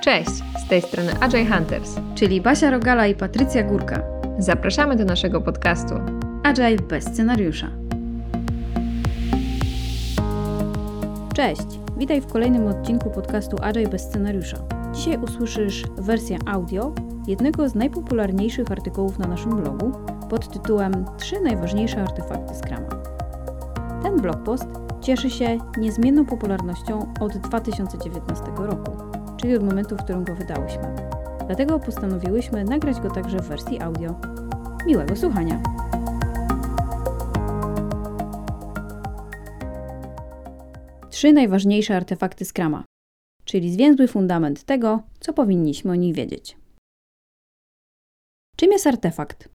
Cześć, z tej strony Agile Hunters, czyli Basia Rogala i Patrycja Górka. Zapraszamy do naszego podcastu Agile bez scenariusza. Cześć, witaj w kolejnym odcinku podcastu Agile bez scenariusza. Dzisiaj usłyszysz wersję audio jednego z najpopularniejszych artykułów na naszym blogu pod tytułem 3 najważniejsze artefakty Scruma. Ten blogpost cieszy się niezmienną popularnością od 2019 roku, czyli od momentu, w którym go wydałyśmy. Dlatego postanowiłyśmy nagrać go także w wersji audio. Miłego słuchania! Trzy najważniejsze artefakty Scruma, czyli zwięzły fundament tego, co powinniśmy o nich wiedzieć. Czym jest artefakt?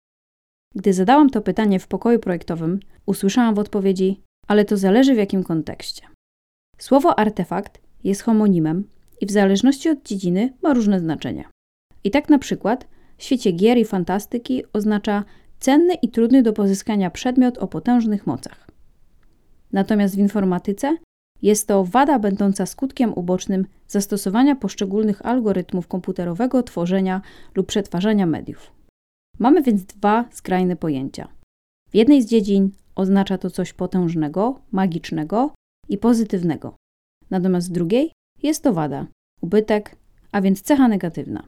Gdy zadałam to pytanie w pokoju projektowym, usłyszałam w odpowiedzi: ale to zależy w jakim kontekście. Słowo artefakt jest homonimem i w zależności od dziedziny ma różne znaczenia. I tak na przykład w świecie gier i fantastyki oznacza cenny i trudny do pozyskania przedmiot o potężnych mocach. Natomiast w informatyce jest to wada będąca skutkiem ubocznym zastosowania poszczególnych algorytmów komputerowego tworzenia lub przetwarzania mediów. Mamy więc dwa skrajne pojęcia. W jednej z dziedzin oznacza to coś potężnego, magicznego i pozytywnego. Natomiast w drugiej jest to wada, ubytek, a więc cecha negatywna.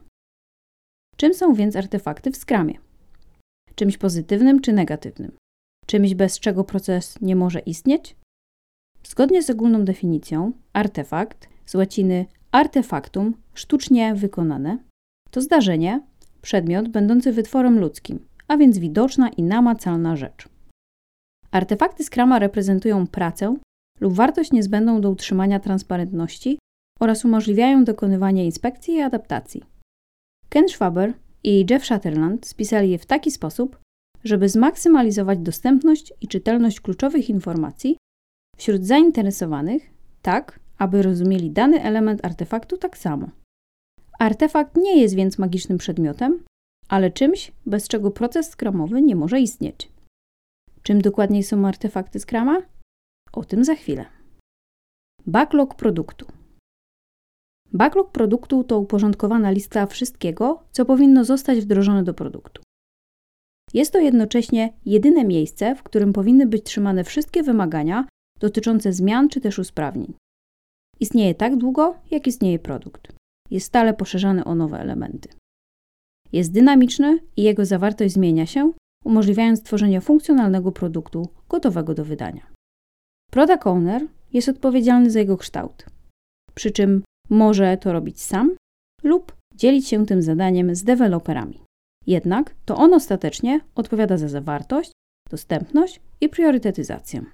Czym są więc artefakty w Scrumie? Czymś pozytywnym czy negatywnym? Czymś, bez czego proces nie może istnieć? Zgodnie z ogólną definicją, artefakt, z łaciny artefactum, sztucznie wykonane, to zdarzenie, przedmiot będący wytworem ludzkim, a więc widoczna i namacalna rzecz. Artefakty Scruma reprezentują pracę lub wartość niezbędną do utrzymania transparentności oraz umożliwiają dokonywanie inspekcji i adaptacji. Ken Schwaber i Jeff Sutherland spisali je w taki sposób, żeby zmaksymalizować dostępność i czytelność kluczowych informacji wśród zainteresowanych, tak aby rozumieli dany element artefaktu tak samo. Artefakt nie jest więc magicznym przedmiotem, ale czymś, bez czego proces scrumowy nie może istnieć. Czym dokładniej są artefakty Scruma? O tym za chwilę. Backlog produktu. Backlog produktu to uporządkowana lista wszystkiego, co powinno zostać wdrożone do produktu. Jest to jednocześnie jedyne miejsce, w którym powinny być trzymane wszystkie wymagania dotyczące zmian czy też usprawnień. Istnieje tak długo, jak istnieje produkt. Jest stale poszerzany o nowe elementy. Jest dynamiczny i jego zawartość zmienia się, umożliwiając tworzenie funkcjonalnego produktu gotowego do wydania. Product Owner jest odpowiedzialny za jego kształt, przy czym może to robić sam lub dzielić się tym zadaniem z deweloperami. Jednak to on ostatecznie odpowiada za zawartość, dostępność i priorytetyzację.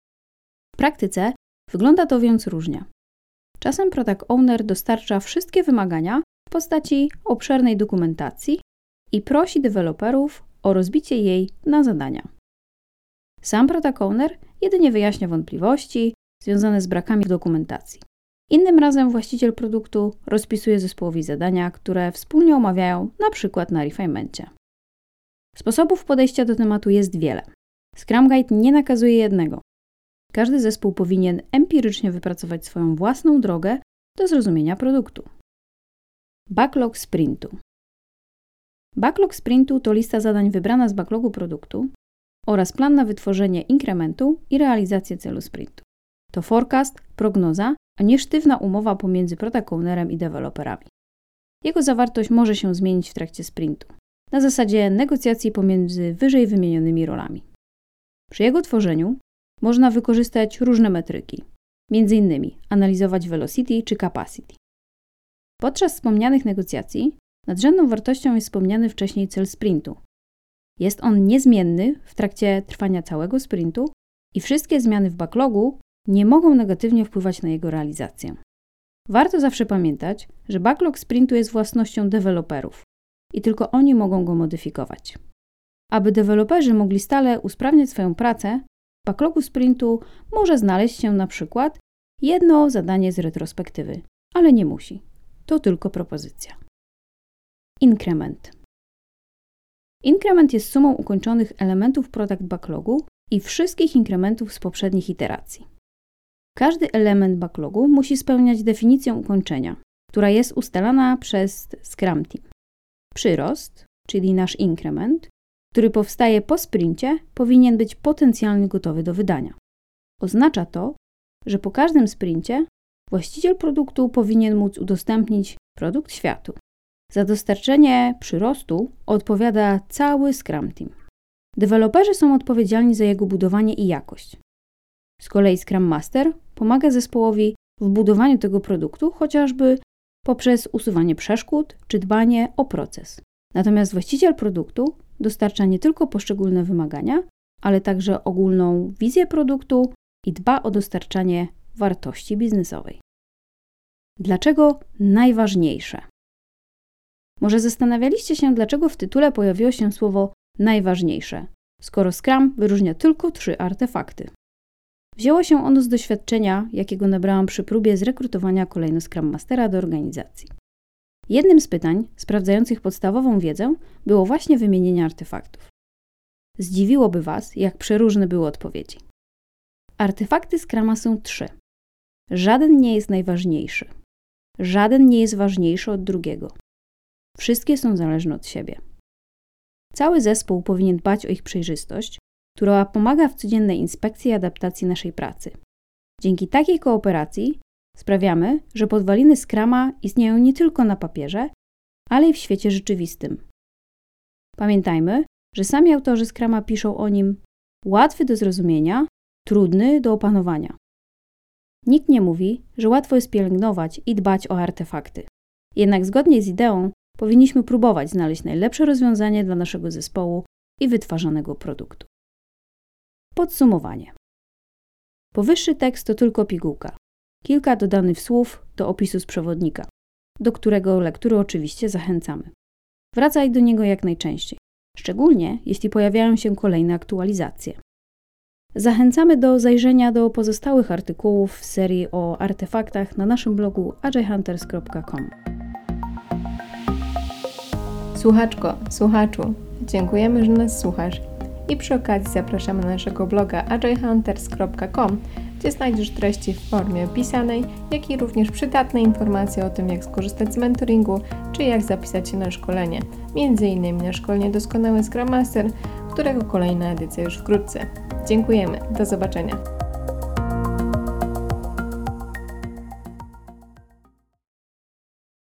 W praktyce wygląda to więc różnie. Czasem Product Owner dostarcza wszystkie wymagania w postaci obszernej dokumentacji i prosi deweloperów o rozbicie jej na zadania. Sam Product Owner jedynie wyjaśnia wątpliwości związane z brakami w dokumentacji. Innym razem właściciel produktu rozpisuje zespołowi zadania, które wspólnie omawiają, np. na refinemencie. Sposobów podejścia do tematu jest wiele. Scrum Guide nie nakazuje jednego. Każdy zespół powinien empirycznie wypracować swoją własną drogę do zrozumienia produktu. Backlog sprintu. Backlog sprintu to lista zadań wybrana z backlogu produktu oraz plan na wytworzenie inkrementu i realizację celu sprintu. To forecast, prognoza, a nie sztywna umowa pomiędzy product ownerem i deweloperami. Jego zawartość może się zmienić w trakcie sprintu, na zasadzie negocjacji pomiędzy wyżej wymienionymi rolami. Przy jego tworzeniu można wykorzystać różne metryki, m.in. analizować velocity czy capacity. Podczas wspomnianych negocjacji nadrzędną wartością jest wspomniany wcześniej cel sprintu. Jest on niezmienny w trakcie trwania całego sprintu i wszystkie zmiany w backlogu nie mogą negatywnie wpływać na jego realizację. Warto zawsze pamiętać, że backlog sprintu jest własnością deweloperów i tylko oni mogą go modyfikować. Aby deweloperzy mogli stale usprawniać swoją pracę, w backlogu sprintu może znaleźć się na przykład jedno zadanie z retrospektywy, ale nie musi. To tylko propozycja. Inkrement. Inkrement jest sumą ukończonych elementów product backlogu i wszystkich inkrementów z poprzednich iteracji. Każdy element backlogu musi spełniać definicję ukończenia, która jest ustalana przez Scrum Team. Przyrost, czyli nasz inkrement, który powstaje po sprincie, powinien być potencjalnie gotowy do wydania. Oznacza to, że po każdym sprincie właściciel produktu powinien móc udostępnić produkt światu. Za dostarczenie przyrostu odpowiada cały Scrum Team. Deweloperzy są odpowiedzialni za jego budowanie i jakość. Z kolei Scrum Master pomaga zespołowi w budowaniu tego produktu, chociażby poprzez usuwanie przeszkód czy dbanie o proces. Natomiast właściciel produktu dostarcza nie tylko poszczególne wymagania, ale także ogólną wizję produktu i dba o dostarczanie wartości biznesowej. Dlaczego najważniejsze? Może zastanawialiście się, dlaczego w tytule pojawiło się słowo najważniejsze, skoro Scrum wyróżnia tylko 3 artefakty. Wzięło się ono z doświadczenia, jakiego nabrałam przy próbie zrekrutowania kolejnego Scrum Mastera do organizacji. Jednym z pytań sprawdzających podstawową wiedzę było właśnie wymienienie artefaktów. Zdziwiłoby Was, jak przeróżne były odpowiedzi. Artefakty Scruma są 3. Żaden nie jest najważniejszy. Żaden nie jest ważniejszy od drugiego. Wszystkie są zależne od siebie. Cały zespół powinien dbać o ich przejrzystość, która pomaga w codziennej inspekcji i adaptacji naszej pracy. Dzięki takiej kooperacji sprawiamy, że podwaliny Scruma istnieją nie tylko na papierze, ale i w świecie rzeczywistym. Pamiętajmy, że sami autorzy Scruma piszą o nim łatwy do zrozumienia, trudny do opanowania. Nikt nie mówi, że łatwo jest pielęgnować i dbać o artefakty. Jednak zgodnie z ideą powinniśmy próbować znaleźć najlepsze rozwiązanie dla naszego zespołu i wytwarzanego produktu. Podsumowanie. Powyższy tekst to tylko pigułka. Kilka dodanych słów do opisu z przewodnika, do którego lektury oczywiście zachęcamy. Wracaj do niego jak najczęściej, szczególnie jeśli pojawiają się kolejne aktualizacje. Zachęcamy do zajrzenia do pozostałych artykułów w serii o artefaktach na naszym blogu agilehunters.com. Słuchaczko, słuchaczu, dziękujemy, że nas słuchasz i przy okazji zapraszamy na naszego bloga agilehunters.com, gdzie znajdziesz treści w formie pisanej, jak i również przydatne informacje o tym, jak skorzystać z mentoringu, czy jak zapisać się na szkolenie, m.in. na szkolenie Doskonały Scrum Master, którego kolejna edycja już wkrótce. Dziękujemy, do zobaczenia.